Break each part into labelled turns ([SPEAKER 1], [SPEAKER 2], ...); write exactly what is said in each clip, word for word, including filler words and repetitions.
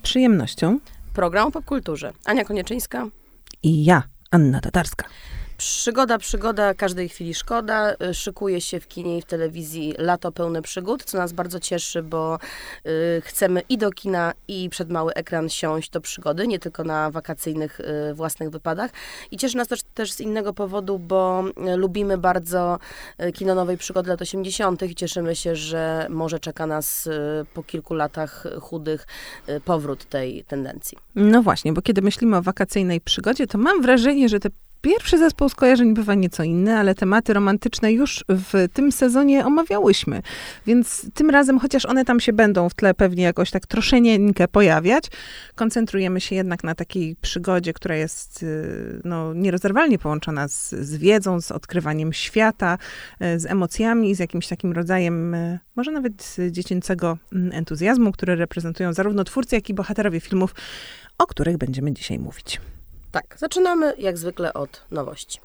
[SPEAKER 1] przyjemnością
[SPEAKER 2] program o popkulturze. Ania Konieczyńska
[SPEAKER 1] i ja, Anna Tatarska.
[SPEAKER 2] Przygoda, przygoda, każdej chwili szkoda. Szykuje się w kinie i w telewizji lato pełne przygód, co nas bardzo cieszy, bo y, chcemy i do kina, i przed mały ekran siąść do przygody, nie tylko na wakacyjnych y, własnych wypadach. I cieszy nas też, też z innego powodu, bo y, lubimy bardzo y, kino nowej przygody lat osiemdziesiątych i cieszymy się, że może czeka nas y, po kilku latach chudych y, powrót tej tendencji.
[SPEAKER 1] No właśnie, bo kiedy myślimy o wakacyjnej przygodzie, to mam wrażenie, że te pierwszy zespół skojarzeń bywa nieco inny, ale tematy romantyczne już w tym sezonie omawiałyśmy. Więc tym razem, chociaż one tam się będą w tle pewnie jakoś tak troszenieńkę pojawiać, koncentrujemy się jednak na takiej przygodzie, która jest no, nierozerwalnie połączona z, z wiedzą, z odkrywaniem świata, z emocjami, z jakimś takim rodzajem, może nawet dziecięcego entuzjazmu, który reprezentują zarówno twórcy, jak i bohaterowie filmów, o których będziemy dzisiaj mówić.
[SPEAKER 2] Tak, zaczynamy jak zwykle od nowości.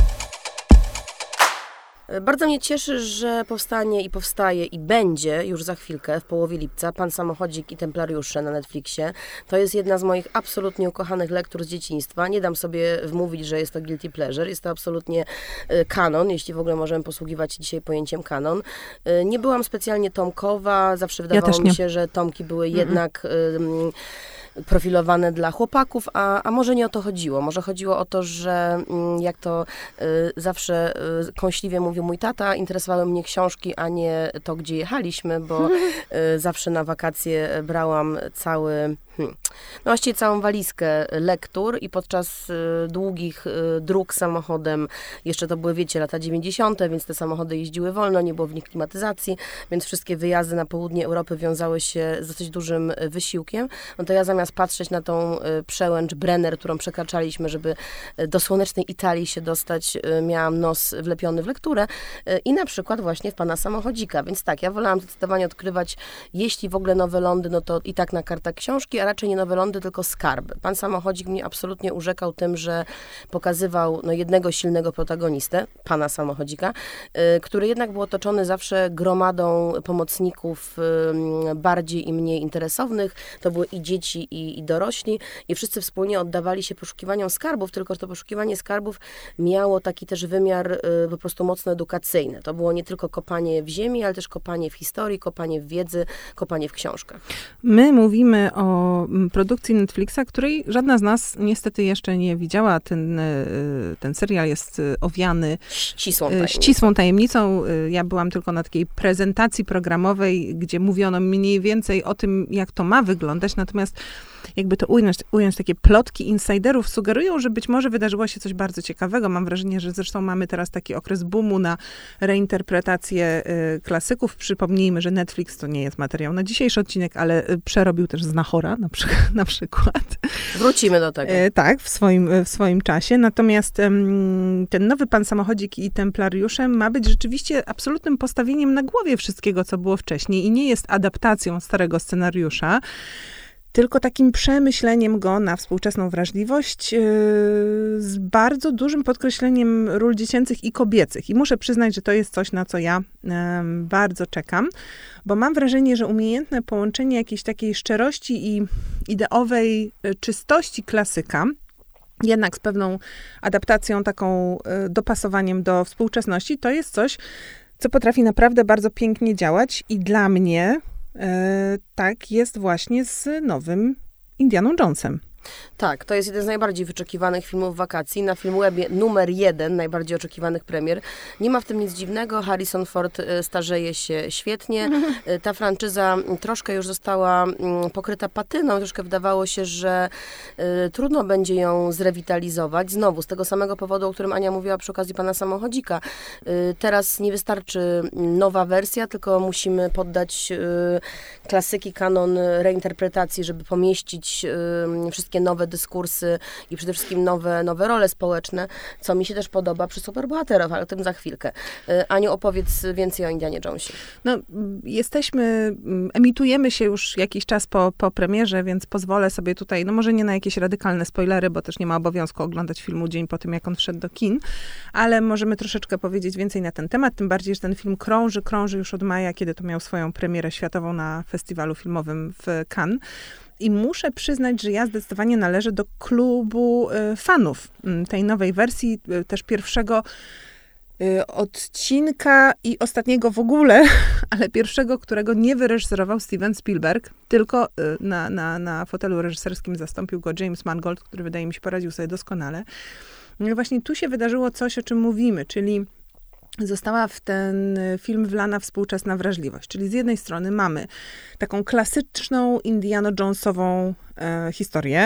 [SPEAKER 2] Bardzo mnie cieszy, że powstanie i powstaje i będzie już za chwilkę, w połowie lipca, Pan Samochodzik i Templariusze na Netflixie. To jest jedna z moich absolutnie ukochanych lektur z dzieciństwa. Nie dam sobie wmówić, że jest to guilty pleasure. Jest to absolutnie kanon, jeśli w ogóle możemy posługiwać się dzisiaj pojęciem kanon. Nie byłam specjalnie tomkowa, zawsze wydawało
[SPEAKER 1] ja
[SPEAKER 2] mi się, że tomki były mm-mm. jednak... Um, profilowane dla chłopaków, a, a może nie o to chodziło. Może chodziło o to, że jak to y, zawsze y, kąśliwie mówił mój tata, interesowały mnie książki, a nie to, gdzie jechaliśmy, bo y, zawsze na wakacje brałam cały... Hmm. No właściwie całą walizkę lektur i podczas y, długich y, dróg samochodem, jeszcze to były, wiecie, lata dziewięćdziesiąte, więc te samochody jeździły wolno, nie było w nich klimatyzacji, więc wszystkie wyjazdy na południe Europy wiązały się z dosyć dużym wysiłkiem. No to ja zamiast patrzeć na tą y, przełęcz Brenner, którą przekraczaliśmy, żeby y, do słonecznej Italii się dostać, y, miałam nos wlepiony w lekturę y, i na przykład właśnie w Pana Samochodzika. Więc tak, ja wolałam zdecydowanie odkrywać, jeśli w ogóle nowe lądy, no to i tak na kartach książki, a raczej nie nowe lądy, tylko skarby. Pan Samochodzik mnie absolutnie urzekał tym, że pokazywał no, jednego silnego protagonistę, Pana Samochodzika, y, który jednak był otoczony zawsze gromadą pomocników y, bardziej i mniej interesownych. To były i dzieci, i, i dorośli i wszyscy wspólnie oddawali się poszukiwaniom skarbów, tylko że to poszukiwanie skarbów miało taki też wymiar y, po prostu mocno edukacyjny. To było nie tylko kopanie w ziemi, ale też kopanie w historii, kopanie w wiedzy, kopanie w książkach.
[SPEAKER 1] My mówimy o produkcji Netflixa, której żadna z nas niestety jeszcze nie widziała. Ten, ten serial jest owiany
[SPEAKER 2] ścisłą tajemnicą.
[SPEAKER 1] ścisłą tajemnicą. Ja byłam tylko na takiej prezentacji programowej, gdzie mówiono mniej więcej o tym, jak to ma wyglądać, natomiast jakby to ująć, ująć takie plotki insiderów sugerują, że być może wydarzyło się coś bardzo ciekawego. Mam wrażenie, że zresztą mamy teraz taki okres boomu na reinterpretację y, klasyków. Przypomnijmy, że Netflix to nie jest materiał na dzisiejszy odcinek, ale y, przerobił też Znachora na, przy, na przykład.
[SPEAKER 2] Wrócimy do tego.
[SPEAKER 1] Y, tak, w swoim, w swoim czasie. Natomiast y, ten nowy Pan Samochodzik i Templariusze ma być rzeczywiście absolutnym postawieniem na głowie wszystkiego, co było wcześniej i nie jest adaptacją starego scenariusza, tylko takim przemyśleniem go na współczesną wrażliwość yy, z bardzo dużym podkreśleniem ról dziecięcych i kobiecych. I muszę przyznać, że to jest coś, na co ja yy, bardzo czekam, bo mam wrażenie, że umiejętne połączenie jakiejś takiej szczerości i ideowej czystości klasyka, jednak z pewną adaptacją, taką yy, dopasowaniem do współczesności, to jest coś, co potrafi naprawdę bardzo pięknie działać i dla mnie E, tak jest właśnie z nowym Indianą Jonesem.
[SPEAKER 2] Tak, to jest jeden z najbardziej wyczekiwanych filmów wakacji. Na Filmwebie numer jeden najbardziej oczekiwanych premier. Nie ma w tym nic dziwnego. Harrison Ford starzeje się świetnie. Ta franczyza troszkę już została pokryta patyną. Troszkę wydawało się, że y, trudno będzie ją zrewitalizować. Znowu, z tego samego powodu, o którym Ania mówiła przy okazji Pana Samochodzika. Y, teraz nie wystarczy nowa wersja, tylko musimy poddać y, klasyki, kanon reinterpretacji, żeby pomieścić y, wszystkie nowe dyskursy i przede wszystkim nowe, nowe role społeczne, co mi się też podoba przy superbohaterów, ale o tym za chwilkę. Aniu, opowiedz więcej o Indianie Jonesie.
[SPEAKER 1] No, jesteśmy, emitujemy się już jakiś czas po, po premierze, więc pozwolę sobie tutaj, no może nie na jakieś radykalne spoilery, bo też nie ma obowiązku oglądać filmu dzień po tym, jak on wszedł do kin, ale możemy troszeczkę powiedzieć więcej na ten temat, tym bardziej, że ten film krąży, krąży już od maja, kiedy to miał swoją premierę światową na festiwalu filmowym w Cannes. I muszę przyznać, że ja zdecydowanie należę do klubu y, fanów y, tej nowej wersji, y, też pierwszego y, odcinka i ostatniego w ogóle, ale pierwszego, którego nie wyreżyserował Steven Spielberg, tylko y, na, na, na fotelu reżyserskim zastąpił go James Mangold, który wydaje mi się poradził sobie doskonale. No i właśnie tu się wydarzyło coś, o czym mówimy, czyli została w ten film wlana współczesna wrażliwość. Czyli z jednej strony mamy taką klasyczną Indiana Jonesową e, historię.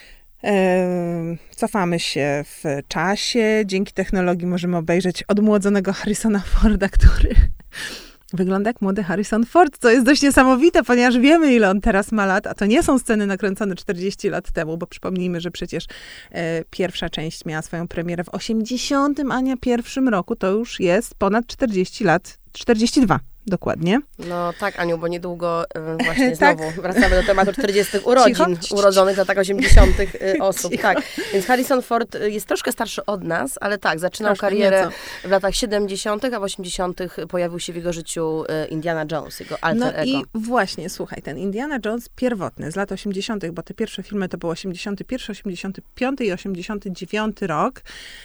[SPEAKER 1] E, cofamy się w czasie. Dzięki technologii możemy obejrzeć odmłodzonego Harrisona Forda, który wygląda jak młody Harrison Ford, co jest dość niesamowite, ponieważ wiemy, ile on teraz ma lat, a to nie są sceny nakręcone czterdzieści lat temu, bo przypomnijmy, że przecież e, pierwsza część miała swoją premierę w osiemdziesiątym, Ania, pierwszym roku, to już jest ponad czterdzieści lat, czterdzieści dwa. Dokładnie.
[SPEAKER 2] No tak, Aniu, bo niedługo y, właśnie znowu tak. wracamy do tematu czterdziestych urodzin Cicho. urodzonych w latach osiemdziesiątych y, osób. Cicho. Tak, więc Harrison Ford jest troszkę starszy od nas, ale tak, zaczynał troszkę karierę nieco. w latach siedemdziesiątych, a w osiemdziesiątych pojawił się w jego życiu y, Indiana Jones, jego alter
[SPEAKER 1] no
[SPEAKER 2] ego.
[SPEAKER 1] No i właśnie, słuchaj, ten Indiana Jones pierwotny z lat osiemdziesiątych, bo te pierwsze filmy to był osiemdziesiąty pierwszy, osiemdziesiąty piąty i osiemdziesiąty dziewiąty rok.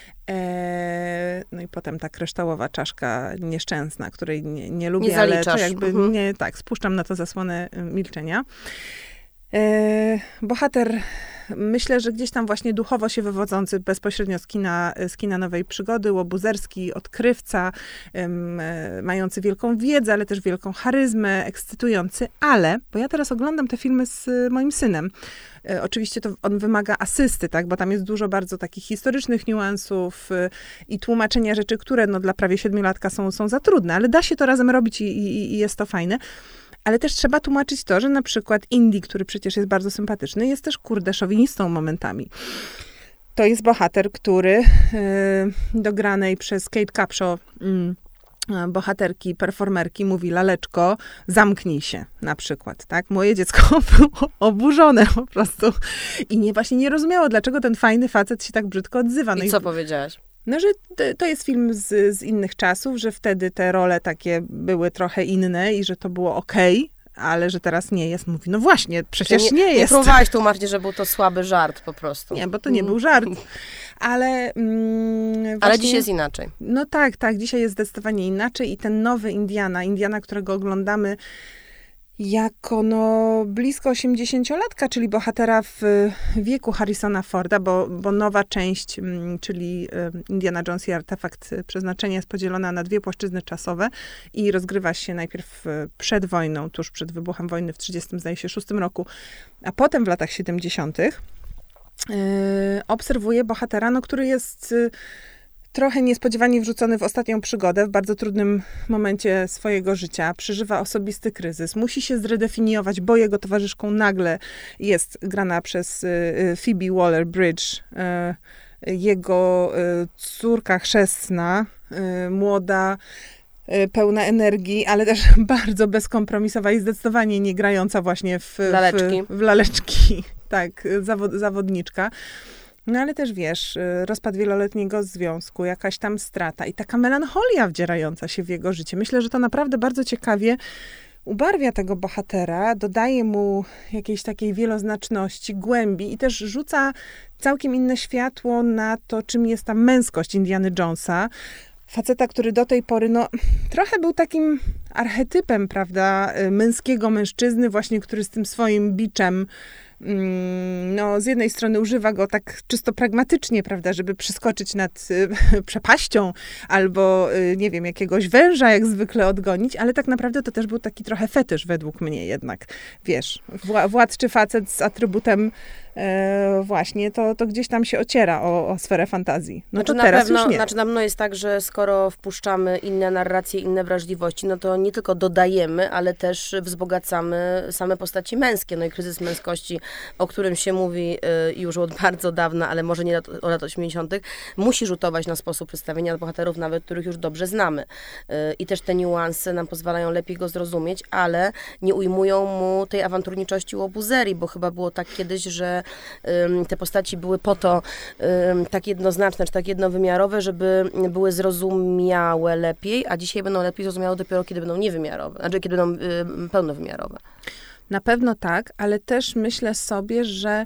[SPEAKER 1] No i potem ta kryształowa czaszka nieszczęsna, której nie, nie lubię,
[SPEAKER 2] nie
[SPEAKER 1] ale to
[SPEAKER 2] zaliczasz.
[SPEAKER 1] jakby
[SPEAKER 2] Mhm.
[SPEAKER 1] nie, tak, spuszczam na to zasłonę milczenia. E, bohater, myślę, że gdzieś tam właśnie duchowo się wywodzący bezpośrednio z kina, z kina Nowej Przygody, łobuzerski odkrywca, um, mający wielką wiedzę, ale też wielką charyzmę, ekscytujący, ale, bo ja teraz oglądam te filmy z moim synem, e, oczywiście to on wymaga asysty, tak, bo tam jest dużo bardzo takich historycznych niuansów e, i tłumaczenia rzeczy, które no, dla prawie siedmiolatka są, są za trudne, ale da się to razem robić i, i, i jest to fajne. Ale też trzeba tłumaczyć to, że na przykład Indy, który przecież jest bardzo sympatyczny, jest też, kurde, szowinistą momentami. To jest bohater, który yy, dogranej przez Kate Capshaw, yy, bohaterki, performerki mówi: laleczko, zamknij się, na przykład, tak? Moje dziecko było oburzone po prostu i nie, właśnie nie rozumiało, dlaczego ten fajny facet się tak brzydko odzywa. No
[SPEAKER 2] I co i... powiedziałaś?
[SPEAKER 1] No, że to jest film z, z innych czasów, że wtedy te role takie były trochę inne i że to było okej, ale że teraz nie jest. Mówi, no właśnie, przecież nie, nie jest.
[SPEAKER 2] Nie próbowałaś tłumaczyć, że był to słaby żart po prostu.
[SPEAKER 1] Nie, bo to nie był żart. Ale mm, właśnie,
[SPEAKER 2] ale dzisiaj jest inaczej.
[SPEAKER 1] No tak, tak, dzisiaj jest zdecydowanie inaczej i ten nowy Indiana, Indiana, którego oglądamy jako no blisko osiemdziesięciolatka, czyli bohatera w wieku Harrisona Forda, bo, bo nowa część, czyli Indiana Jones i artefakt przeznaczenia, jest podzielona na dwie płaszczyzny czasowe i rozgrywa się najpierw przed wojną, tuż przed wybuchem wojny w trzydziestym, zdaje się, szóstym roku, a potem w latach siedemdziesiątych. Yy, obserwuje bohatera, no, który jest yy, trochę niespodziewanie wrzucony w ostatnią przygodę, w bardzo trudnym momencie swojego życia, przeżywa osobisty kryzys, musi się zredefiniować, bo jego towarzyszką nagle jest grana przez y, Phoebe Waller-Bridge, y, jego y, córka chrzestna, y, młoda, y, pełna energii, ale też bardzo bezkompromisowa i zdecydowanie nie grająca właśnie w
[SPEAKER 2] laleczki.
[SPEAKER 1] W, w laleczki. Tak, zawod, zawodniczka. No ale też wiesz, rozpad wieloletniego związku, jakaś tam strata i taka melancholia wdzierająca się w jego życie. Myślę, że to naprawdę bardzo ciekawie ubarwia tego bohatera, dodaje mu jakiejś takiej wieloznaczności, głębi i też rzuca całkiem inne światło na to, czym jest ta męskość Indiany Jonesa. Faceta, który do tej pory, no, trochę był takim archetypem, prawda, męskiego mężczyzny, właśnie, który z tym swoim biczem, no, z jednej strony używa go tak czysto pragmatycznie, prawda, żeby przeskoczyć nad y, przepaścią albo, y, nie wiem, jakiegoś węża jak zwykle odgonić, ale tak naprawdę to też był taki trochę fetysz według mnie jednak. Wiesz, wła- władczy facet z atrybutem e, właśnie, to, to gdzieś tam się ociera o, o sferę fantazji. No
[SPEAKER 2] znaczy,
[SPEAKER 1] to teraz
[SPEAKER 2] pewno,
[SPEAKER 1] już nie.
[SPEAKER 2] Znaczy na pewno jest tak, że skoro wpuszczamy inne narracje, inne wrażliwości, no to nie tylko dodajemy, ale też wzbogacamy same postaci męskie. No i kryzys męskości, o którym się mówi y, już od bardzo dawna, ale może nie od lat osiemdziesiątych, musi rzutować na sposób przedstawienia bohaterów, nawet których już dobrze znamy. Y, I też te niuanse nam pozwalają lepiej go zrozumieć, ale nie ujmują mu tej awanturniczości łobuzerii, bo chyba było tak kiedyś, że y, te postaci były po to y, tak jednoznaczne, czy tak jednowymiarowe, żeby były zrozumiałe lepiej, a dzisiaj będą lepiej zrozumiałe dopiero, kiedy będą niewymiarowe, znaczy kiedy będą y, pełnowymiarowe.
[SPEAKER 1] Na pewno tak, ale też myślę sobie, że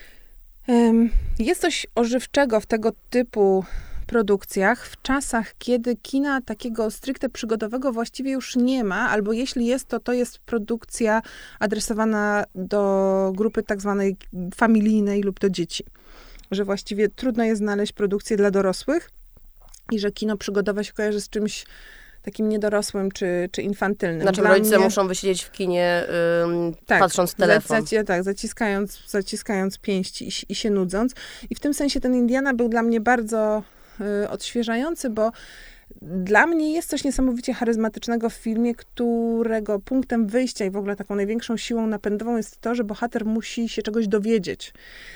[SPEAKER 1] um, jest coś ożywczego w tego typu produkcjach w czasach, kiedy kina takiego stricte przygodowego właściwie już nie ma, albo jeśli jest, to to jest produkcja adresowana do grupy tak zwanej familijnej lub do dzieci. Że właściwie trudno jest znaleźć produkcję dla dorosłych i że kino przygodowe się kojarzy z czymś takim niedorosłym czy, czy infantylnym.
[SPEAKER 2] Znaczy
[SPEAKER 1] Dla
[SPEAKER 2] rodzice
[SPEAKER 1] mnie,
[SPEAKER 2] muszą wysiedzieć w kinie, ym,
[SPEAKER 1] tak,
[SPEAKER 2] patrząc w telefon.
[SPEAKER 1] Zaci- tak, zaciskając, zaciskając pięści i, i się nudząc. I w tym sensie ten Indiana był dla mnie bardzo y, odświeżający, bo dla mnie jest coś niesamowicie charyzmatycznego w filmie, którego punktem wyjścia i w ogóle taką największą siłą napędową jest to, że bohater musi się czegoś dowiedzieć.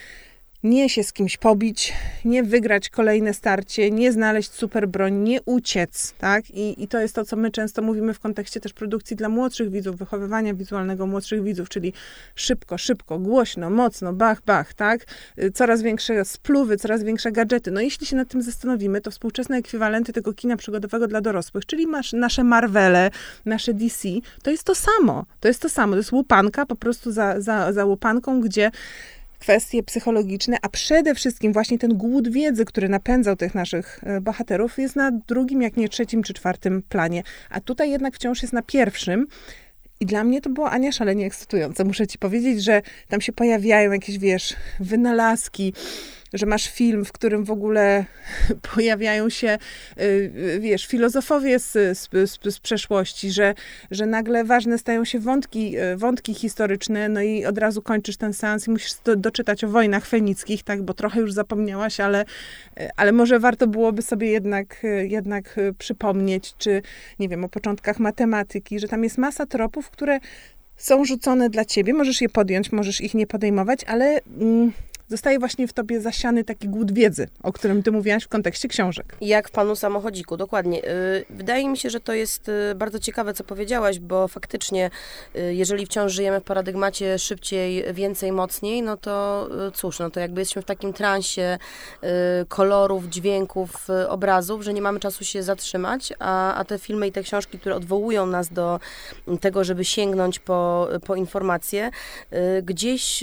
[SPEAKER 1] Nie się z kimś pobić, nie wygrać kolejne starcie, nie znaleźć super broń, nie uciec, tak? I, I to jest to, co my często mówimy w kontekście też produkcji dla młodszych widzów, wychowywania wizualnego młodszych widzów, czyli szybko, szybko, głośno, mocno, bach, bach, tak? Coraz większe spluwy, coraz większe gadżety. No jeśli się nad tym zastanowimy, to współczesne ekwiwalenty tego kina przygodowego dla dorosłych, czyli masz nasze Marvele, nasze D C, to jest to samo. To jest to samo. To jest łupanka po prostu za, za, za łupanką, gdzie kwestie psychologiczne, a przede wszystkim właśnie ten głód wiedzy, który napędzał tych naszych bohaterów, jest na drugim, jak nie trzecim czy czwartym planie. A tutaj jednak wciąż jest na pierwszym. I dla mnie to było, Ania, szalenie ekscytujące. Muszę ci powiedzieć, że tam się pojawiają jakieś, wiesz, wynalazki, że masz film, w którym w ogóle pojawiają się, wiesz, filozofowie z, z, z przeszłości, że, że nagle ważne stają się wątki, wątki historyczne, no i od razu kończysz ten seans i musisz do, doczytać o wojnach fenickich, tak, bo trochę już zapomniałaś, ale, ale może warto byłoby sobie jednak, jednak przypomnieć, czy, nie wiem, o początkach matematyki, że tam jest masa tropów, które są rzucone dla ciebie, możesz je podjąć, możesz ich nie podejmować, ale mm, zostaje właśnie w tobie zasiany taki głód wiedzy, o którym ty mówiłaś w kontekście książek.
[SPEAKER 2] Jak w Panu Samochodziku, dokładnie. Wydaje mi się, że to jest bardzo ciekawe, co powiedziałaś, bo faktycznie, jeżeli wciąż żyjemy w paradygmacie szybciej, więcej, mocniej, no to cóż, no to jakby jesteśmy w takim transie kolorów, dźwięków, obrazów, że nie mamy czasu się zatrzymać, a, a te filmy i te książki, które odwołują nas do tego, żeby sięgnąć po, po informacje, gdzieś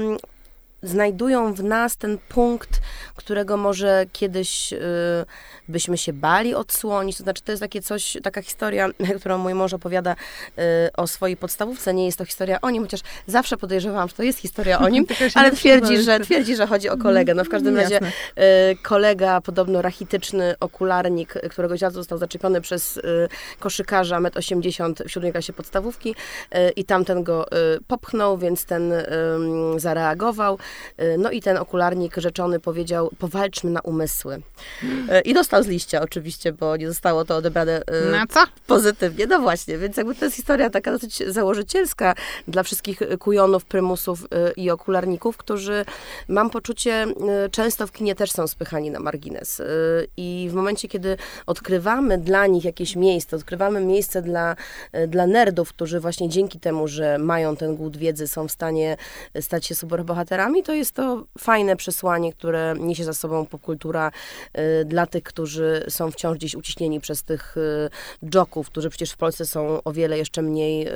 [SPEAKER 2] znajdują w nas ten punkt, którego może kiedyś y, byśmy się bali odsłonić. To znaczy, to jest takie coś, taka historia, którą mój mąż opowiada y, o swojej podstawówce. Nie jest to historia o nim, chociaż zawsze podejrzewałam, że to jest historia o nim, ale twierdzi, że, twierdzi, że chodzi o kolegę. No w każdym razie y, kolega, podobno rachityczny okularnik, któregoś razu został zaczepiony przez y, koszykarza metr osiemdziesiąt w siódmej klasie podstawówki y, i tamten go y, popchnął, więc ten y, zareagował. No i ten okularnik rzeczony powiedział, powalczmy na umysły. I dostał z liścia oczywiście, bo nie zostało to odebrane
[SPEAKER 1] na co?
[SPEAKER 2] Pozytywnie. No właśnie, więc jakby to jest historia taka dosyć założycielska dla wszystkich kujonów, prymusów i okularników, którzy, mam poczucie, często w kinie też są spychani na margines. I w momencie, kiedy odkrywamy dla nich jakieś miejsce, odkrywamy miejsce dla, dla nerdów, którzy właśnie dzięki temu, że mają ten głód wiedzy, są w stanie stać się superbohaterami, to jest to fajne przesłanie, które niesie za sobą popkultura y, dla tych, którzy są wciąż gdzieś uciśnieni przez tych y, joków, którzy przecież w Polsce są o wiele jeszcze mniej y,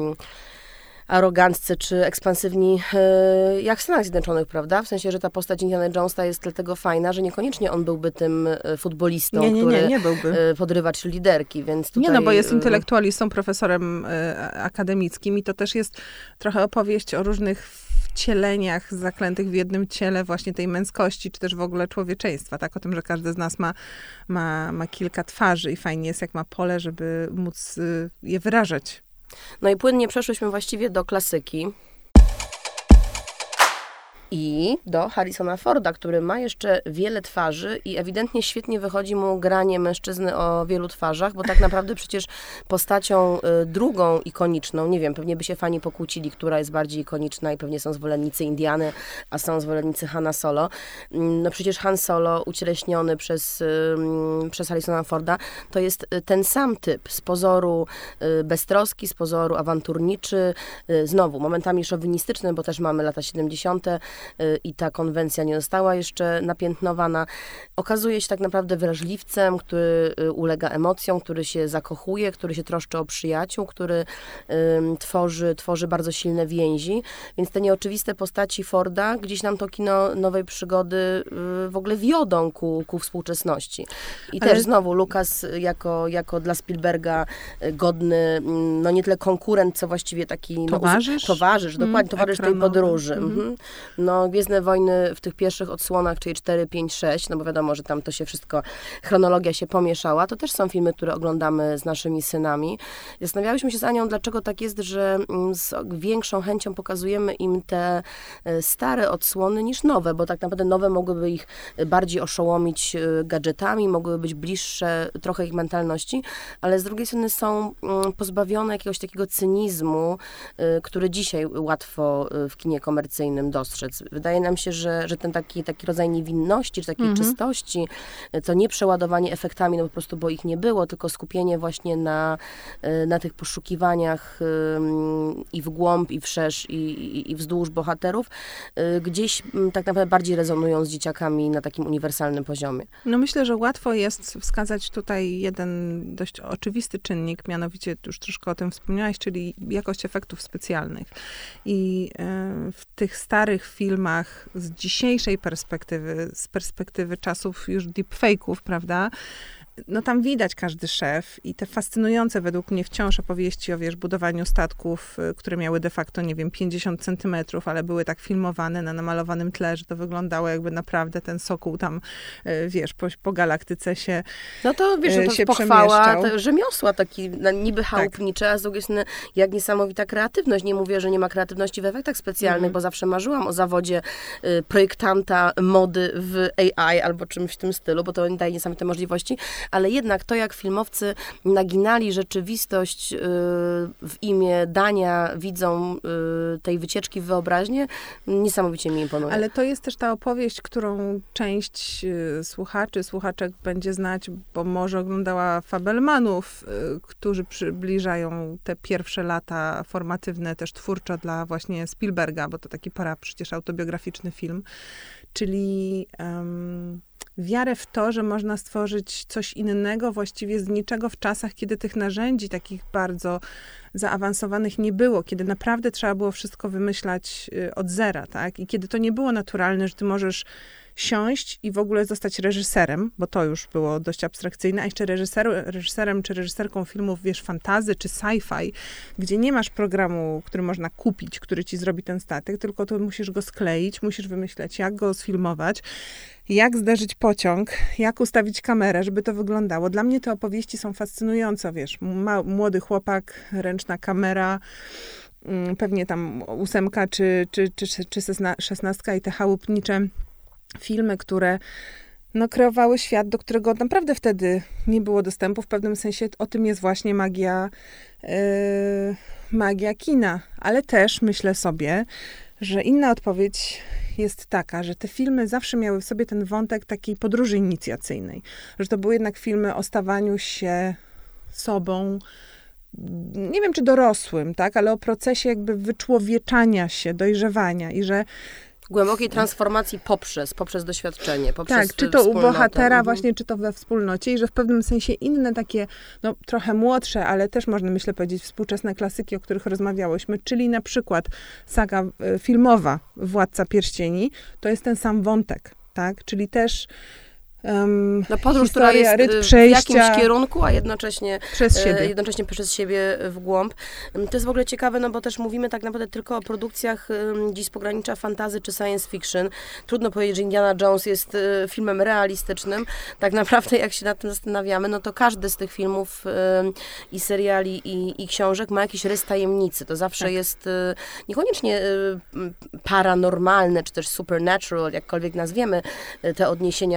[SPEAKER 2] aroganccy czy ekspansywni y, jak w Stanach Zjednoczonych, prawda? W sensie, że ta postać Indiana Jonesa jest dlatego fajna, że niekoniecznie on byłby tym y, futbolistą,
[SPEAKER 1] nie, nie,
[SPEAKER 2] który
[SPEAKER 1] nie, nie byłby.
[SPEAKER 2] Y, podrywa czy liderki, więc tutaj...
[SPEAKER 1] Nie, no bo jest intelektualistą, profesorem y, akademickim i to też jest trochę opowieść o różnych wcieleniach zaklętych w jednym ciele właśnie tej męskości, czy też w ogóle człowieczeństwa, tak? O tym, że każdy z nas ma, ma, ma kilka twarzy i fajnie jest, jak ma pole, żeby móc y, je wyrażać.
[SPEAKER 2] No i płynnie przeszłyśmy właściwie do klasyki. I do Harrisona Forda, który ma jeszcze wiele twarzy i ewidentnie świetnie wychodzi mu granie mężczyzny o wielu twarzach, bo tak naprawdę przecież postacią y, drugą ikoniczną, nie wiem, pewnie by się fani pokłócili, która jest bardziej ikoniczna i pewnie są zwolennicy Indiany, a są zwolennicy Hanna Solo. No przecież Han Solo ucieleśniony przez, y, przez Harrisona Forda to jest ten sam typ, z pozoru y, beztroski, z pozoru awanturniczy, y, znowu momentami szowinistyczny, bo też mamy lata siedemdziesiąte i ta konwencja nie została jeszcze napiętnowana. Okazuje się tak naprawdę wrażliwcem, który ulega emocjom, który się zakochuje, który się troszczy o przyjaciół, który um, tworzy, tworzy bardzo silne więzi. Więc te nieoczywiste postaci Forda gdzieś nam to kino nowej przygody y, w ogóle wiodą ku, ku współczesności. I Ale... też znowu Lucas jako, jako dla Spielberga godny, no nie tyle konkurent, co właściwie taki...
[SPEAKER 1] Towarzysz?
[SPEAKER 2] No, towarzysz, mm, dokładnie, towarzysz tej podróży. Mm-hmm. No Gwiezdne Wojny w tych pierwszych odsłonach, czyli cztery, pięć, sześć, no bo wiadomo, że tam to się wszystko, chronologia się pomieszała, to też są filmy, które oglądamy z naszymi synami. Zastanawiałyśmy się z Anią, dlaczego tak jest, że z większą chęcią pokazujemy im te stare odsłony niż nowe, bo tak naprawdę nowe mogłyby ich bardziej oszołomić gadżetami, mogłyby być bliższe trochę ich mentalności, ale z drugiej strony są pozbawione jakiegoś takiego cynizmu, który dzisiaj łatwo w kinie komercyjnym dostrzec. Wydaje nam się, że, że ten taki, taki rodzaj niewinności, czy takiej mhm. czystości, to nie przeładowanie efektami, no po prostu, bo ich nie było, tylko skupienie właśnie na, na tych poszukiwaniach i w głąb, i wszerz, i, i, i wzdłuż bohaterów, gdzieś tak naprawdę bardziej rezonują z dzieciakami na takim uniwersalnym poziomie.
[SPEAKER 1] No myślę, że łatwo jest wskazać tutaj jeden dość oczywisty czynnik, mianowicie już troszkę o tym wspomniałaś, czyli jakość efektów specjalnych. I w tych starych filmach z dzisiejszej perspektywy, z perspektywy czasów już deepfake'ów, prawda, no tam widać każdy szef i te fascynujące według mnie wciąż opowieści o, wiesz, budowaniu statków, które miały de facto, nie wiem, pięćdziesiąt centymetrów, ale były tak filmowane na namalowanym tle, że to wyglądało jakby naprawdę ten sokół tam, wiesz, po, po galaktyce się
[SPEAKER 2] No to, wiesz, to
[SPEAKER 1] się
[SPEAKER 2] pochwała te rzemiosła, taki niby chałupnicze, tak. A z drugiej strony jak niesamowita kreatywność. Nie mówię, że nie ma kreatywności w efektach specjalnych, mm. bo zawsze marzyłam o zawodzie y, projektanta mody w A I albo czymś w tym stylu, bo to daje niesamowite możliwości. Ale jednak to, jak filmowcy naginali rzeczywistość y, w imię dania widzom y, tej wycieczki w wyobraźnię, niesamowicie mi imponuje.
[SPEAKER 1] Ale to jest też ta opowieść, którą część y, słuchaczy, słuchaczek będzie znać, bo może oglądała Fabelmanów, y, którzy przybliżają te pierwsze lata formatywne, też twórczo dla właśnie Spielberga, bo to taki para przecież autobiograficzny film, czyli... Um, wiarę w to, że można stworzyć coś innego właściwie z niczego w czasach, kiedy tych narzędzi takich bardzo zaawansowanych nie było, kiedy naprawdę trzeba było wszystko wymyślać od zera, tak? I kiedy to nie było naturalne, że ty możesz siąść i w ogóle zostać reżyserem, bo to już było dość abstrakcyjne, a jeszcze reżyser, reżyserem czy reżyserką filmów, wiesz, fantasy czy sci-fi, gdzie nie masz programu, który można kupić, który ci zrobi ten statek, tylko to musisz go skleić, musisz wymyśleć, jak go sfilmować, jak zderzyć pociąg, jak ustawić kamerę, żeby to wyglądało. Dla mnie te opowieści są fascynujące, wiesz, ma, młody chłopak, ręczna kamera, pewnie tam ósemka czy, czy, czy, czy szesnastka i te chałupnicze filmy, które no, kreowały świat, do którego naprawdę wtedy nie było dostępu. W pewnym sensie o tym jest właśnie magia, yy, magia kina. Ale też myślę sobie, że inna odpowiedź jest taka, że te filmy zawsze miały w sobie ten wątek takiej podróży inicjacyjnej. Że to były jednak filmy o stawaniu się sobą, nie wiem czy dorosłym, tak, ale o procesie jakby wyczłowieczania się, dojrzewania i że
[SPEAKER 2] głębokiej transformacji poprzez, poprzez doświadczenie, poprzez
[SPEAKER 1] tak, czy to
[SPEAKER 2] wspólnotę.
[SPEAKER 1] U bohatera
[SPEAKER 2] mhm.
[SPEAKER 1] właśnie, czy to we wspólnocie i że w pewnym sensie inne takie, no trochę młodsze, ale też można myślę powiedzieć współczesne klasyki, o których rozmawiałyśmy, czyli na przykład saga y, filmowa Władca Pierścieni, to jest ten sam wątek, tak, czyli też Um,
[SPEAKER 2] no podróż, która jest w jakimś kierunku, a jednocześnie przez siebie. E, jednocześnie przez siebie w głąb. To jest w ogóle ciekawe, no bo też mówimy tak naprawdę tylko o produkcjach um, dziś z pogranicza fantasy czy science fiction. Trudno powiedzieć, że Indiana Jones jest e, filmem realistycznym. Tak naprawdę jak się nad tym zastanawiamy, no to każdy z tych filmów e, i seriali i, i książek ma jakiś rys tajemnicy. To zawsze tak. jest e, niekoniecznie e, paranormalne, czy też supernatural, jakkolwiek nazwiemy e, te odniesienia do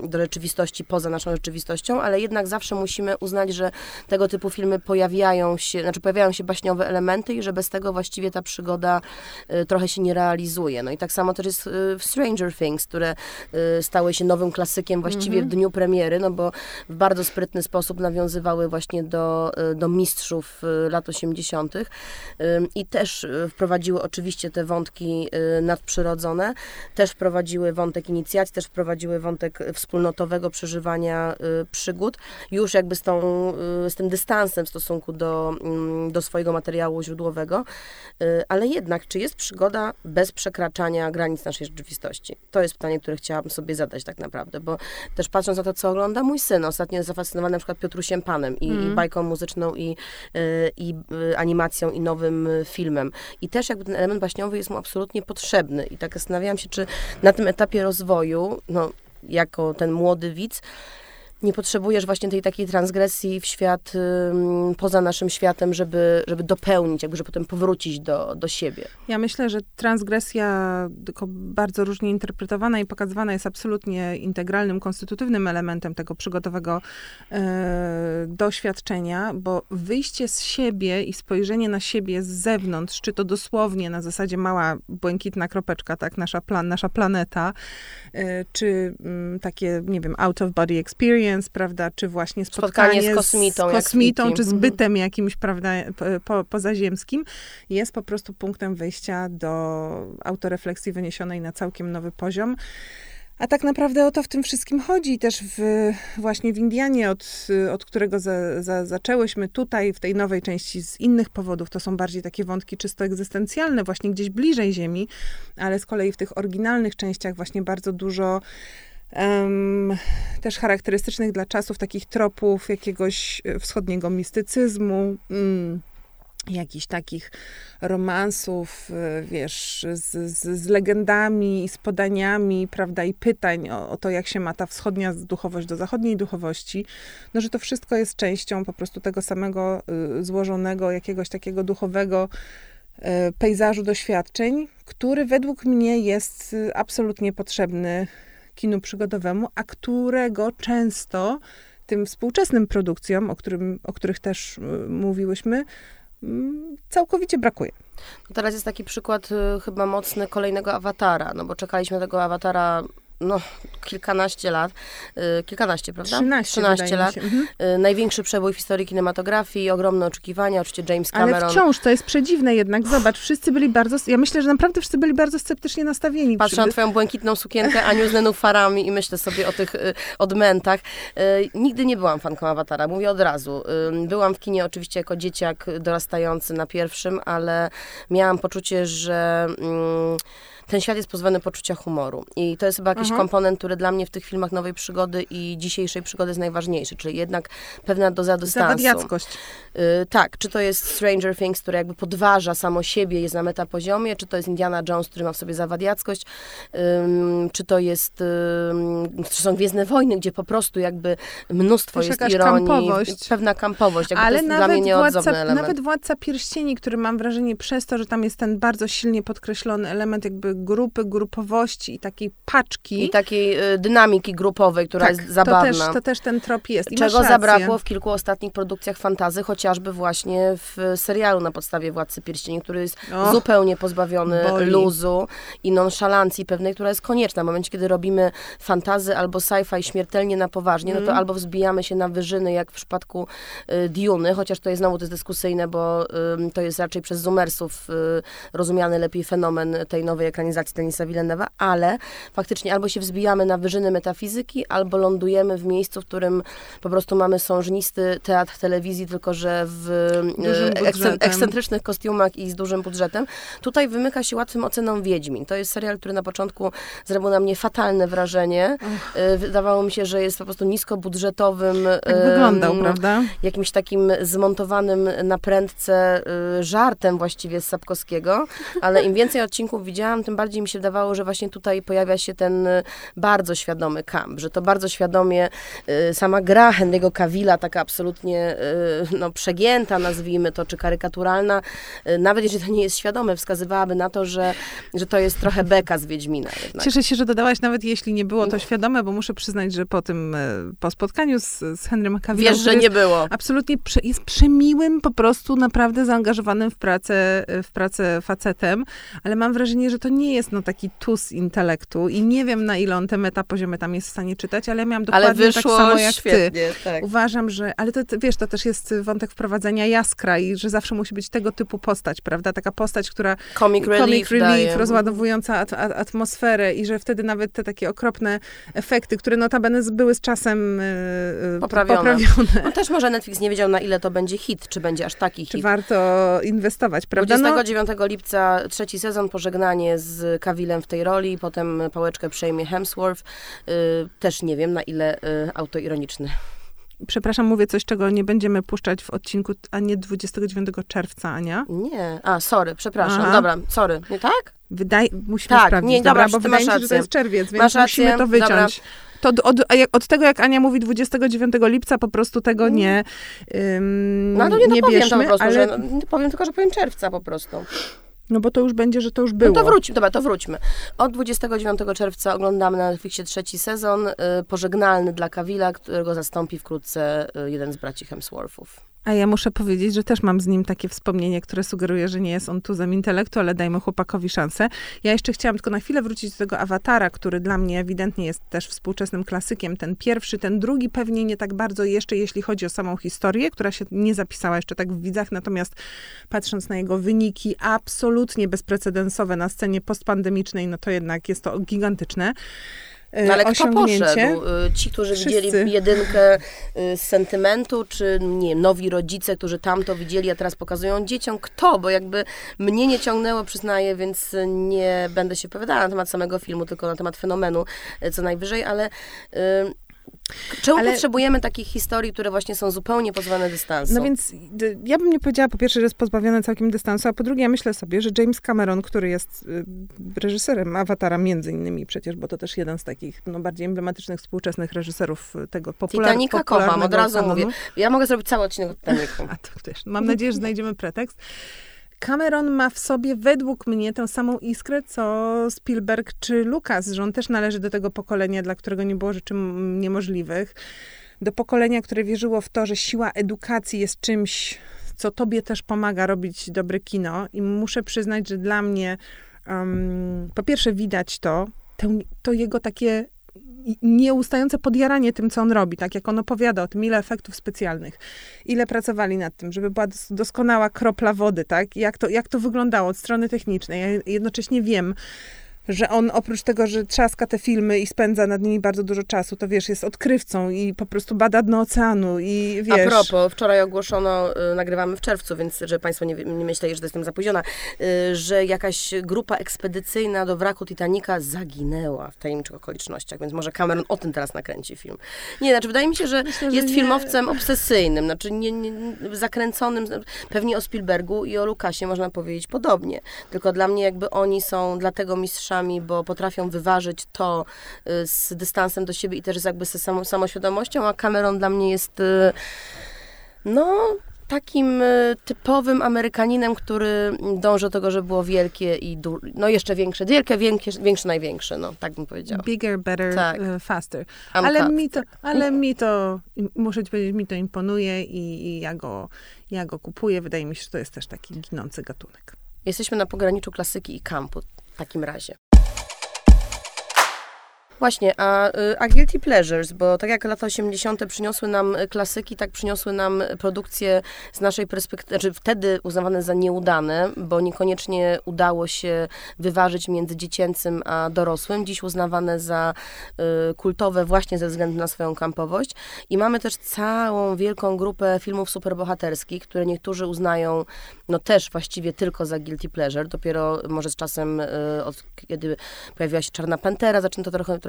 [SPEAKER 2] do rzeczywistości poza naszą rzeczywistością, ale jednak zawsze musimy uznać, że tego typu filmy pojawiają się, znaczy pojawiają się baśniowe elementy i że bez tego właściwie ta przygoda y, trochę się nie realizuje. No i tak samo też jest y, w Stranger Things, które y, stały się nowym klasykiem właściwie mm-hmm. w dniu premiery, no bo w bardzo sprytny sposób nawiązywały właśnie do, y, do mistrzów y, lat osiemdziesiątych. Y, i też y, wprowadziły oczywiście te wątki y, nadprzyrodzone, też wprowadziły wątek inicjacji, też wprowadziły wątek wspólnotowego przeżywania y, przygód, już jakby z, tą, y, z tym dystansem w stosunku do, y, do swojego materiału źródłowego, y, ale jednak, czy jest przygoda bez przekraczania granic naszej rzeczywistości? To jest pytanie, które chciałabym sobie zadać tak naprawdę, bo też patrząc na to, co ogląda mój syn, ostatnio jest zafascynowany na przykład Piotrusiem Panem i, mm. i bajką muzyczną i, y, i y, animacją i nowym y, filmem. I też jakby ten element baśniowy jest mu absolutnie potrzebny i tak zastanawiałam się, czy na tym etapie rozwoju, no, jako ten młody widz, nie potrzebujesz właśnie tej takiej transgresji w świat y, poza naszym światem, żeby, żeby dopełnić, jakby, żeby potem powrócić do, do siebie.
[SPEAKER 1] Ja myślę, że transgresja, tylko bardzo różnie interpretowana i pokazywana, jest absolutnie integralnym, konstytutywnym elementem tego przygodowego y, doświadczenia, bo wyjście z siebie i spojrzenie na siebie z zewnątrz, czy to dosłownie na zasadzie mała błękitna kropeczka, tak, nasza, plan, nasza planeta, y, czy y, takie, nie wiem, out of body experience, prawda, czy właśnie spotkanie, spotkanie z kosmitą, z kosmitą czy z bytem mhm. jakimś, prawda, po, pozaziemskim, jest po prostu punktem wyjścia do autorefleksji wyniesionej na całkiem nowy poziom. A tak naprawdę o to w tym wszystkim chodzi. Też w, właśnie w Indianie, od, od którego za, za, zaczęłyśmy tutaj, w tej nowej części z innych powodów, to są bardziej takie wątki czysto egzystencjalne, właśnie gdzieś bliżej Ziemi, ale z kolei w tych oryginalnych częściach właśnie bardzo dużo Um, też charakterystycznych dla czasów takich tropów jakiegoś wschodniego mistycyzmu, um, jakichś takich romansów, wiesz, z, z, z legendami, z podaniami, prawda, i pytań o, o to, jak się ma ta wschodnia duchowość do zachodniej duchowości, no, że to wszystko jest częścią po prostu tego samego y, złożonego, jakiegoś takiego duchowego y, pejzażu doświadczeń, który według mnie jest y, absolutnie potrzebny kinu przygodowemu, a którego często tym współczesnym produkcjom, o, którym, o których też y, mówiłyśmy, y, całkowicie brakuje.
[SPEAKER 2] No teraz jest taki przykład y, chyba mocny kolejnego Awatara, no bo czekaliśmy tego Awatara no, kilkanaście lat, y, kilkanaście, prawda?
[SPEAKER 1] trzynaście,
[SPEAKER 2] trzynaście lat.
[SPEAKER 1] Mhm.
[SPEAKER 2] Y, największy przebój w historii kinematografii, ogromne oczekiwania, oczywiście James Cameron.
[SPEAKER 1] Ale wciąż to jest przedziwne jednak. Zobacz, wszyscy byli bardzo, ja myślę, że naprawdę wszyscy byli bardzo sceptycznie nastawieni.
[SPEAKER 2] Patrzę przy... na twoją błękitną sukienkę, Aniu z nenufarami i myślę sobie o tych y, odmętach. Y, nigdy nie byłam fanką Awatara, mówię od razu. Y, byłam w kinie oczywiście jako dzieciak dorastający na pierwszym, ale miałam poczucie, że... Y, ten świat jest pozbawiony poczucia humoru. I to jest chyba jakiś Aha. komponent, który dla mnie w tych filmach nowej przygody i dzisiejszej przygody jest najważniejszy, czyli jednak pewna doza dystansu.
[SPEAKER 1] Zawadiackość.
[SPEAKER 2] Y, tak, czy to jest Stranger Things, które jakby podważa samo siebie, jest na metapoziomie, czy to jest Indiana Jones, który ma w sobie zawadiackość, y, czy to jest, y, czy są Gwiezdne Wojny, gdzie po prostu jakby mnóstwo
[SPEAKER 1] Też
[SPEAKER 2] jest ironii,
[SPEAKER 1] kampowość.
[SPEAKER 2] pewna kampowość, jakby
[SPEAKER 1] ale
[SPEAKER 2] to jest dla mnie nieodzowny
[SPEAKER 1] władca,
[SPEAKER 2] element.
[SPEAKER 1] Nawet Władca Pierścieni, który mam wrażenie przez to, że tam jest ten bardzo silnie podkreślony element jakby grupy, grupowości i takiej paczki.
[SPEAKER 2] I takiej y, dynamiki grupowej, która
[SPEAKER 1] tak,
[SPEAKER 2] jest zabawna.
[SPEAKER 1] To też, to też ten trop jest. I
[SPEAKER 2] czego zabrakło w kilku ostatnich produkcjach fantasy, chociażby właśnie w serialu na podstawie Władcy Pierścieni, który jest Och, zupełnie pozbawiony boli. luzu i nonszalancji pewnej, która jest konieczna. W momencie, kiedy robimy fantazy albo sci-fi śmiertelnie na poważnie, mm. no to albo wzbijamy się na wyżyny, jak w przypadku y, Duny, chociaż to jest znowu to jest dyskusyjne, bo y, to jest raczej przez zoomersów y, rozumiany lepiej fenomen tej nowej ekranizacji Denisa Villeneuve'a, ale faktycznie albo się wzbijamy na wyżyny metafizyki, albo lądujemy w miejscu, w którym po prostu mamy sążnisty teatr telewizji, tylko że w ekscen- ekscentrycznych kostiumach i z dużym budżetem. Tutaj wymyka się łatwym ocenom Wiedźmin. To jest serial, który na początku zrobił na mnie fatalne wrażenie. Uch. Wydawało mi się, że jest po prostu niskobudżetowym
[SPEAKER 1] tak wyglądał, prawda?
[SPEAKER 2] Jakimś takim zmontowanym na prędce żartem właściwie z Sapkowskiego, ale im więcej odcinków widziałam, tym bardziej mi się wydawało, że właśnie tutaj pojawia się ten bardzo świadomy camp, że to bardzo świadomie y, sama gra Henry'ego Cavilla, taka absolutnie y, no, przegięta, nazwijmy to, czy karykaturalna, y, nawet jeżeli to nie jest świadome, wskazywałaby na to, że, że to jest trochę beka z Wiedźmina. Jednak.
[SPEAKER 1] Cieszę się, że dodałaś, nawet jeśli nie było to świadome, bo muszę przyznać, że po tym, po spotkaniu z, z Henrym Cavillem,
[SPEAKER 2] wiesz, że nie było.
[SPEAKER 1] Absolutnie prze, jest przemiłym, po prostu naprawdę zaangażowanym w pracę, w pracę facetem, ale mam wrażenie, że to nie jest no taki tus intelektu i nie wiem, na ile on te metapoziomy tam jest w stanie czytać, ale ja miałam dokładnie
[SPEAKER 2] ale wyszło
[SPEAKER 1] tak samo jak
[SPEAKER 2] świetnie,
[SPEAKER 1] ty.
[SPEAKER 2] Tak.
[SPEAKER 1] Uważam, że, ale to, to wiesz, to też jest wątek wprowadzenia jaskra i że zawsze musi być tego typu postać, prawda? Taka postać, która
[SPEAKER 2] Comic relief,
[SPEAKER 1] comic relief
[SPEAKER 2] daje.
[SPEAKER 1] rozładowująca at, at, atmosferę i że wtedy nawet te takie okropne efekty, które notabene były z czasem yy,
[SPEAKER 2] poprawione.
[SPEAKER 1] poprawione.
[SPEAKER 2] No też może Netflix nie wiedział, na ile to będzie hit, czy będzie aż taki hit.
[SPEAKER 1] Czy warto inwestować, prawda?
[SPEAKER 2] dwudziestego dziewiątego lipca trzeci sezon, pożegnanie z Cavillem w tej roli, potem pałeczkę przejmie Hemsworth. Yy, też nie wiem, na ile yy, autoironiczny.
[SPEAKER 1] Przepraszam, mówię coś, czego nie będziemy puszczać w odcinku, a nie dwudziestego dziewiątego czerwca, Ania?
[SPEAKER 2] Nie. A, sorry, przepraszam.
[SPEAKER 1] Aha.
[SPEAKER 2] Dobra, sorry. Nie tak?
[SPEAKER 1] Wydaje, musimy
[SPEAKER 2] tak,
[SPEAKER 1] sprawdzić,
[SPEAKER 2] nie,
[SPEAKER 1] dobra,
[SPEAKER 2] dobra,
[SPEAKER 1] bo wydaje mi się, że to jest czerwiec, więc masz musimy rację, to wyciąć. To od, od, od tego, jak Ania mówi dwudziestego dziewiątego lipca, po prostu tego nie um,
[SPEAKER 2] No to nie,
[SPEAKER 1] nie
[SPEAKER 2] powiem
[SPEAKER 1] bierzmy,
[SPEAKER 2] to po prostu,
[SPEAKER 1] ale...
[SPEAKER 2] że, no, nie powiem tylko, że powiem czerwca po prostu.
[SPEAKER 1] No bo to już będzie, że to już było.
[SPEAKER 2] No to wróćmy, dobra, to wróćmy. Od dwudziestego dziewiątego czerwca oglądamy na Netflixie trzeci sezon, y, pożegnalny dla Cavilla, którego zastąpi wkrótce y, jeden z braci Hemsworthów.
[SPEAKER 1] A ja muszę powiedzieć, że też mam z nim takie wspomnienie, które sugeruje, że nie jest on tuzem intelektu, ale dajmy chłopakowi szansę. Ja jeszcze chciałam tylko na chwilę wrócić do tego Awatara, który dla mnie ewidentnie jest też współczesnym klasykiem. Ten pierwszy, ten drugi pewnie nie tak bardzo jeszcze, jeśli chodzi o samą historię, która się nie zapisała jeszcze tak w widzach, natomiast patrząc na jego wyniki absolutnie bezprecedensowe na scenie postpandemicznej, no to jednak jest to gigantyczne.
[SPEAKER 2] No ale kto poszedł? Ci, którzy
[SPEAKER 1] Wszyscy.
[SPEAKER 2] widzieli jedynkę z sentymentu, czy nie wiem, nowi rodzice, którzy tamto widzieli, a teraz pokazują dzieciom? Kto? Bo jakby mnie nie ciągnęło, przyznaję, więc nie będę się opowiadała na temat samego filmu, tylko na temat fenomenu co najwyżej, ale... Yy, Czemu ale... potrzebujemy takich historii, które właśnie są zupełnie pozbawione dystansu?
[SPEAKER 1] No więc ja bym nie powiedziała po pierwsze, że jest pozbawiony całkiem dystansu, a po drugie ja myślę sobie, że James Cameron, który jest y, reżyserem Awatara między innymi przecież, bo to też jeden z takich no, bardziej emblematycznych współczesnych reżyserów tego popular-
[SPEAKER 2] Titanica
[SPEAKER 1] popularnego
[SPEAKER 2] kocham, od razu
[SPEAKER 1] kanonu.
[SPEAKER 2] mówię. Ja mogę zrobić cały odcinek o Titanicu.
[SPEAKER 1] A to też. Mam nadzieję, że znajdziemy pretekst. Cameron ma w sobie według mnie tę samą iskrę, co Spielberg czy Lucas, że on też należy do tego pokolenia, dla którego nie było rzeczy niemożliwych. Do pokolenia, które wierzyło w to, że siła edukacji jest czymś, co tobie też pomaga robić dobre kino. I muszę przyznać, że dla mnie um, po pierwsze widać to, to, to jego takie nieustające podjaranie tym, co on robi, tak jak on opowiada o tym, ile efektów specjalnych, ile pracowali nad tym, żeby była doskonała kropla wody, tak, jak to, jak to wyglądało od strony technicznej. Ja jednocześnie wiem, że on oprócz tego, że trzaska te filmy i spędza nad nimi bardzo dużo czasu, to wiesz, jest odkrywcą i po prostu bada dno oceanu i wiesz...
[SPEAKER 2] A propos, wczoraj ogłoszono, y, nagrywamy w czerwcu, więc żeby państwo nie, nie myśleli, że to jestem zapóźniona, y, że jakaś grupa ekspedycyjna do wraku Titanica zaginęła w tajemniczych okolicznościach, więc może Cameron o tym teraz nakręci film. Nie, znaczy wydaje mi się, że Myślę, jest że filmowcem obsesyjnym, znaczy nie, nie, zakręconym, pewnie o Spielbergu i o Lucasie można powiedzieć podobnie, tylko dla mnie jakby oni są dlatego mistrzami, bo potrafią wyważyć to y, z dystansem do siebie i też z jakby z samą, samoświadomością, a Cameron dla mnie jest y, no takim y, typowym Amerykaninem, który dąży do tego, żeby było wielkie i du- no jeszcze większe, wielkie, większe, większe, największe, no tak bym powiedziała.
[SPEAKER 1] Bigger, better,
[SPEAKER 2] tak.
[SPEAKER 1] uh, faster. Ale mi to, ale mi to, muszę ci powiedzieć, mi to imponuje i, i ja, go, ja go kupuję. Wydaje mi się, że to jest też taki ginący gatunek.
[SPEAKER 2] Jesteśmy na pograniczu klasyki i kampu. W takim razie. Właśnie, a, a Guilty Pleasures, bo tak jak lata osiemdziesiąte przyniosły nam klasyki, tak przyniosły nam produkcje z naszej perspektywy, znaczy wtedy uznawane za nieudane, bo niekoniecznie udało się wyważyć między dziecięcym a dorosłym. Dziś uznawane za y, kultowe właśnie ze względu na swoją kampowość. I mamy też całą wielką grupę filmów superbohaterskich, które niektórzy uznają no też właściwie tylko za Guilty Pleasure. Dopiero może z czasem, y, od kiedy pojawiła się Czarna Pantera, zaczęto trochę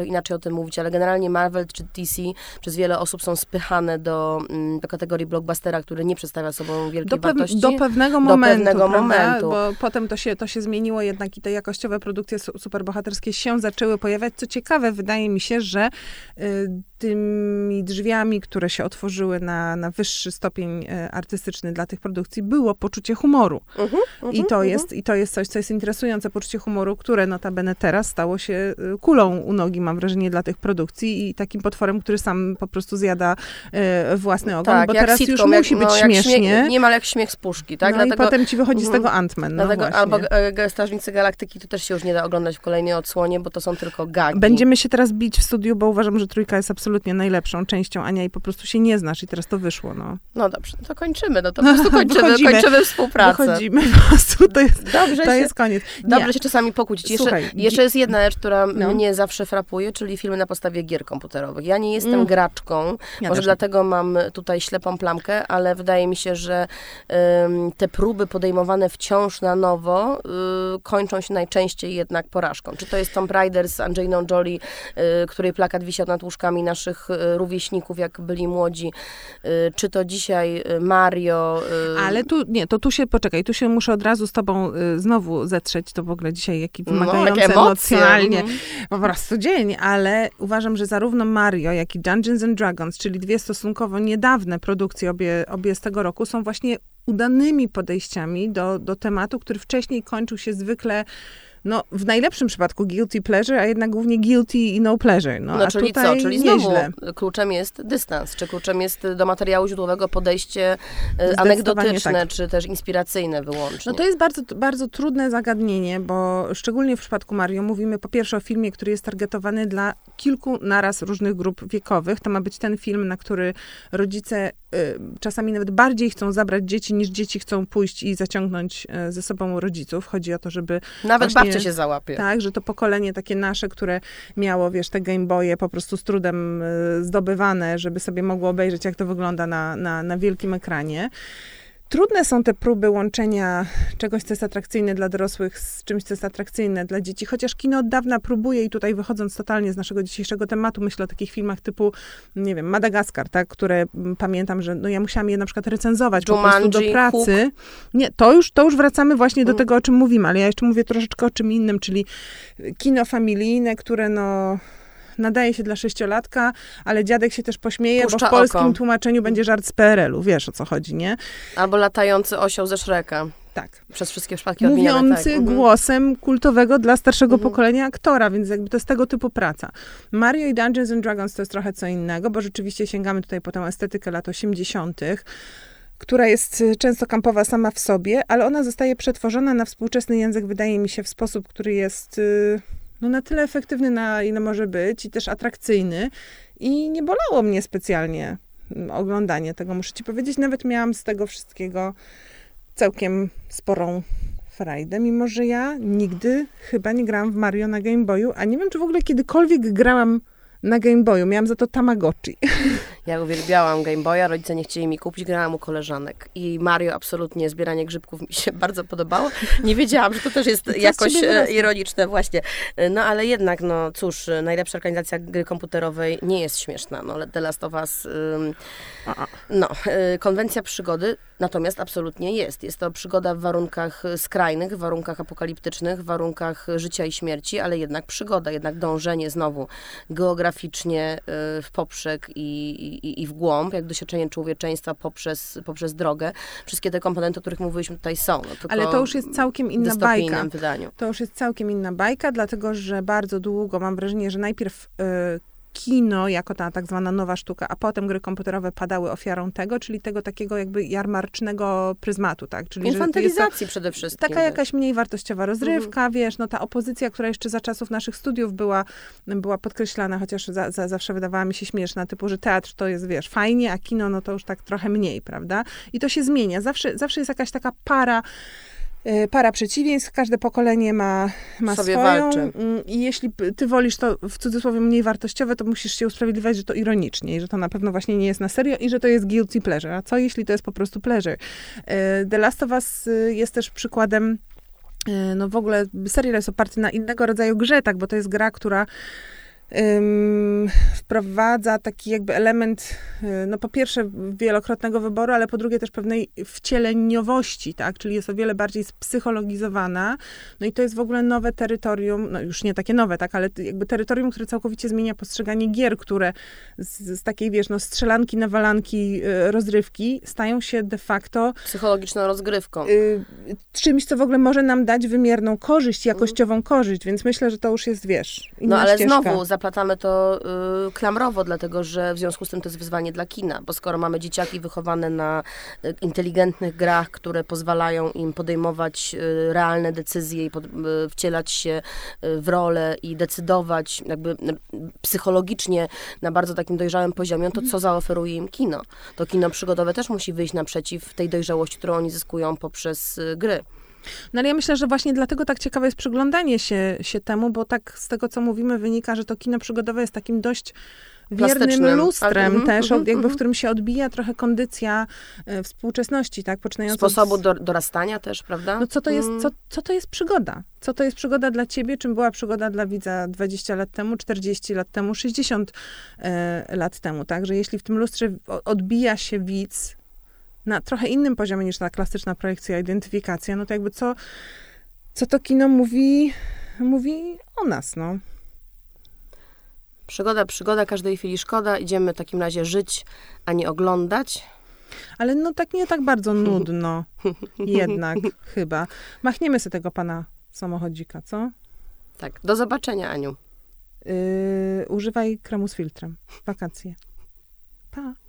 [SPEAKER 2] mogę inaczej o tym mówić, ale generalnie Marvel czy D C przez wiele osób są spychane do, do kategorii blockbustera, który nie przedstawia sobą wielkiej
[SPEAKER 1] do
[SPEAKER 2] wartości.
[SPEAKER 1] Do pewnego momentu,
[SPEAKER 2] do pewnego
[SPEAKER 1] prawda?
[SPEAKER 2] momentu.
[SPEAKER 1] Bo potem to się, to się zmieniło jednak i te jakościowe produkcje superbohaterskie się zaczęły pojawiać. Co ciekawe, wydaje mi się, że y, tymi drzwiami, które się otworzyły na, na wyższy stopień y, artystyczny dla tych produkcji, było poczucie humoru. Uh-huh, uh-huh, I, to uh-huh. jest, I to jest coś, co jest interesujące, poczucie humoru, które notabene teraz stało się y, kulą u nogi, mam wrażenie, dla tych produkcji i takim potworem, który sam po prostu zjada y, własny ogon,
[SPEAKER 2] tak,
[SPEAKER 1] bo teraz
[SPEAKER 2] sitcom,
[SPEAKER 1] już musi
[SPEAKER 2] jak,
[SPEAKER 1] być
[SPEAKER 2] no,
[SPEAKER 1] śmiesznie.
[SPEAKER 2] Śmiech, niemal jak śmiech z puszki, tak?
[SPEAKER 1] No
[SPEAKER 2] Dlatego,
[SPEAKER 1] i potem ci wychodzi
[SPEAKER 2] uh-huh.
[SPEAKER 1] z tego Ant-Man, no
[SPEAKER 2] Dlatego,
[SPEAKER 1] właśnie.
[SPEAKER 2] Albo e, Strażnicy Galaktyki, to też się już nie da oglądać w kolejnej odsłonie, bo to są tylko gagi.
[SPEAKER 1] Będziemy się teraz bić w studiu, bo uważam, że trójka jest absolutnie najlepszą częścią, Ania, i po prostu się nie znasz i teraz to wyszło, no.
[SPEAKER 2] No dobrze, to kończymy, no to po prostu kończymy, kończymy współpracę.
[SPEAKER 1] Wychodzimy po prostu, to jest,
[SPEAKER 2] dobrze
[SPEAKER 1] to
[SPEAKER 2] się,
[SPEAKER 1] jest koniec.
[SPEAKER 2] Dobrze nie. się czasami pokłócić. Jeszcze,
[SPEAKER 1] Słuchaj,
[SPEAKER 2] jeszcze jest jedna rzecz, która
[SPEAKER 1] no.
[SPEAKER 2] mnie zawsze frapuje, czyli filmy na podstawie gier komputerowych. Ja nie jestem mm. graczką,
[SPEAKER 1] ja
[SPEAKER 2] może
[SPEAKER 1] też.
[SPEAKER 2] dlatego mam tutaj ślepą plamkę, ale wydaje mi się, że um, te próby podejmowane wciąż na nowo y, kończą się najczęściej jednak porażką. Czy to jest Tomb Raider z Angeliną Jolie, y, której plakat wisiał nad łóżkami naszych y, rówieśników, jak byli młodzi, y, czy to dzisiaj Mario. Y,
[SPEAKER 1] ale tu, nie, to tu się, poczekaj, tu się muszę od razu z tobą y, znowu zetrzeć, to w ogóle dzisiaj jaki wymagający no, emocjonalnie mm. po prostu dzień, ale uważam, że zarówno Mario, jak i Dungeons and Dragons, czyli dwie stosunkowo niedawne produkcje, obie, obie z tego roku, są właśnie udanymi podejściami do, do tematu, który wcześniej kończył się zwykle no, w najlepszym przypadku guilty pleasure, a jednak głównie guilty i no pleasure. No,
[SPEAKER 2] no
[SPEAKER 1] a
[SPEAKER 2] czyli
[SPEAKER 1] tutaj
[SPEAKER 2] co? Czyli znowu
[SPEAKER 1] nieźle.
[SPEAKER 2] Kluczem jest dystans, czy kluczem jest do materiału źródłowego podejście anegdotyczne, tak. czy też inspiracyjne wyłącznie?
[SPEAKER 1] No to jest bardzo, bardzo trudne zagadnienie, bo szczególnie w przypadku Mario mówimy po pierwsze o filmie, który jest targetowany dla kilku naraz różnych grup wiekowych. To ma być ten film, na który rodzice y, czasami nawet bardziej chcą zabrać dzieci, niż dzieci chcą pójść i zaciągnąć y, ze sobą rodziców. Chodzi o to, żeby
[SPEAKER 2] nawet babcia się załapie.
[SPEAKER 1] Tak, że to pokolenie takie nasze, które miało, wiesz, te Game Boye po prostu z trudem y, zdobywane, żeby sobie mogło obejrzeć, jak to wygląda na, na, na wielkim ekranie. Trudne są te próby łączenia czegoś, co jest atrakcyjne dla dorosłych z czymś, co jest atrakcyjne dla dzieci, chociaż kino od dawna próbuje i tutaj wychodząc totalnie z naszego dzisiejszego tematu, myślę o takich filmach typu, nie wiem, Madagaskar, tak, które m, pamiętam, że no ja musiałam je na przykład recenzować
[SPEAKER 2] Jumanji,
[SPEAKER 1] po prostu do pracy. Hook. Nie, to już, to już wracamy właśnie do mm. tego, o czym mówimy, ale ja jeszcze mówię troszeczkę o czym innym, czyli kino familijne, które no... nadaje się dla sześciolatka, ale dziadek się też pośmieje, Puszcza bo w polskim oko. tłumaczeniu będzie żart z P R L u. Wiesz, o co chodzi, nie?
[SPEAKER 2] Albo latający osioł ze Shreka.
[SPEAKER 1] Tak.
[SPEAKER 2] Przez wszystkie przypadki
[SPEAKER 1] Mówiący
[SPEAKER 2] odmieniane, tak.
[SPEAKER 1] głosem kultowego dla starszego
[SPEAKER 2] Mhm.
[SPEAKER 1] pokolenia aktora, więc jakby to jest tego typu praca. Mario i Dungeons and Dragons to jest trochę co innego, bo rzeczywiście sięgamy tutaj po tę estetykę lat osiemdziesiątych, która jest często kampowa sama w sobie, ale ona zostaje przetworzona na współczesny język, wydaje mi się, w sposób, który jest... Yy, no na tyle efektywny, na ile może być i też atrakcyjny i nie bolało mnie specjalnie oglądanie tego, muszę ci powiedzieć. Nawet miałam z tego wszystkiego całkiem sporą frajdę, mimo że ja nigdy chyba nie grałam w Mario na Game Boyu, a nie wiem, czy w ogóle kiedykolwiek grałam na Game Boyu. Miałam za to Tamagotchi.
[SPEAKER 2] Ja uwielbiałam Game Boya, rodzice nie chcieli mi kupić, grałam u koleżanek. I Mario absolutnie, zbieranie grzybków mi się bardzo podobało. Nie wiedziałam, że to też jest
[SPEAKER 1] to
[SPEAKER 2] jakoś ironiczne, właśnie. No ale jednak, no cóż, najlepsza organizacja gry komputerowej nie jest śmieszna. No, The Last of Us, ym, no, y, konwencja przygody natomiast absolutnie jest. Jest to przygoda w warunkach skrajnych, w warunkach apokaliptycznych, w warunkach życia i śmierci, ale jednak przygoda, jednak dążenie znowu geograficznie y, w poprzek i, i, i w głąb, jak doświadczenie człowieczeństwa poprzez, poprzez drogę. Wszystkie te komponenty, o których mówiliśmy tutaj są. No, tylko
[SPEAKER 1] ale to już jest całkiem inna bajka.
[SPEAKER 2] Wydaniu.
[SPEAKER 1] To już jest całkiem inna bajka, dlatego że bardzo długo mam wrażenie, że najpierw y, kino, jako ta tak zwana nowa sztuka, a potem gry komputerowe padały ofiarą tego, czyli tego takiego jakby jarmarcznego pryzmatu, tak? Czyli
[SPEAKER 2] infantylizacji przede wszystkim.
[SPEAKER 1] Taka jakaś mniej wartościowa rozrywka, mhm. wiesz, no ta opozycja, która jeszcze za czasów naszych studiów była, była podkreślana, chociaż za, za, zawsze wydawała mi się śmieszna, typu, że teatr to jest, wiesz, fajnie, a kino, no to już tak trochę mniej, prawda? I to się zmienia. Zawsze, zawsze jest jakaś taka para para przeciwieństw, każde pokolenie ma, ma
[SPEAKER 2] sobie
[SPEAKER 1] swoją.
[SPEAKER 2] Walczy.
[SPEAKER 1] I jeśli ty wolisz to w cudzysłowie mniej wartościowe, to musisz się usprawiedliwiać, że to ironicznie i że to na pewno właśnie nie jest na serio i że to jest guilty pleasure. A co jeśli to jest po prostu pleasure? The Last of Us jest też przykładem, no w ogóle serial jest oparty na innego rodzaju grze, tak, bo to jest gra, która ym, wprowadza taki jakby element, y, no po pierwsze wielokrotnego wyboru, ale po drugie też pewnej wcieleniowości, tak? Czyli jest o wiele bardziej spsychologizowana. No i to jest w ogóle nowe terytorium, no już nie takie nowe, tak? Ale jakby terytorium, które całkowicie zmienia postrzeganie gier, które z, z takiej, wiesz, no strzelanki, nawalanki, y, rozrywki stają się de facto
[SPEAKER 2] Psychologiczną rozgrywką.
[SPEAKER 1] Y, czymś, co w ogóle może nam dać wymierną korzyść, jakościową korzyść, więc myślę, że to już jest, wiesz, inna
[SPEAKER 2] No ale
[SPEAKER 1] ścieżka.
[SPEAKER 2] znowu zaplatamy to y, klamrowo, dlatego że w związku z tym to jest wyzwanie dla kina, bo skoro mamy dzieciaki wychowane na y, inteligentnych grach, które pozwalają im podejmować y, realne decyzje i pod, y, wcielać się y, w rolę i decydować jakby y, psychologicznie na bardzo takim dojrzałym poziomie, to co zaoferuje im kino? To kino przygodowe też musi wyjść naprzeciw tej dojrzałości, którą oni zyskują poprzez y, gry.
[SPEAKER 1] No ale ja myślę, że właśnie dlatego tak ciekawe jest przyglądanie się, się temu, bo tak z tego, co mówimy, wynika, że to kino przygodowe jest takim dość wiernym
[SPEAKER 2] Plastycznym.
[SPEAKER 1] lustrem
[SPEAKER 2] Ale,
[SPEAKER 1] też,
[SPEAKER 2] mm,
[SPEAKER 1] od, jakby
[SPEAKER 2] mm,
[SPEAKER 1] w którym się odbija trochę kondycja y, współczesności, tak? Poczynając
[SPEAKER 2] Sposobu
[SPEAKER 1] od...
[SPEAKER 2] do, dorastania też, prawda?
[SPEAKER 1] No co to jest, co, co to jest przygoda? Co to jest przygoda dla ciebie? Czym była przygoda dla widza dwadzieścia lat temu, czterdzieści lat temu, sześćdziesiąt e, lat temu, tak? Że jeśli w tym lustrze odbija się widz na trochę innym poziomie niż ta klasyczna projekcja, identyfikacja, no to jakby co, co to kino mówi, mówi o nas, no.
[SPEAKER 2] Przygoda, przygoda, każdej chwili szkoda. Idziemy w takim razie żyć, a nie oglądać.
[SPEAKER 1] Ale no tak nie tak bardzo nudno. Jednak chyba. Machniemy sobie tego pana samochodzika, co?
[SPEAKER 2] Tak, do zobaczenia, Aniu.
[SPEAKER 1] Yy, używaj kremu z filtrem. Wakacje. Pa.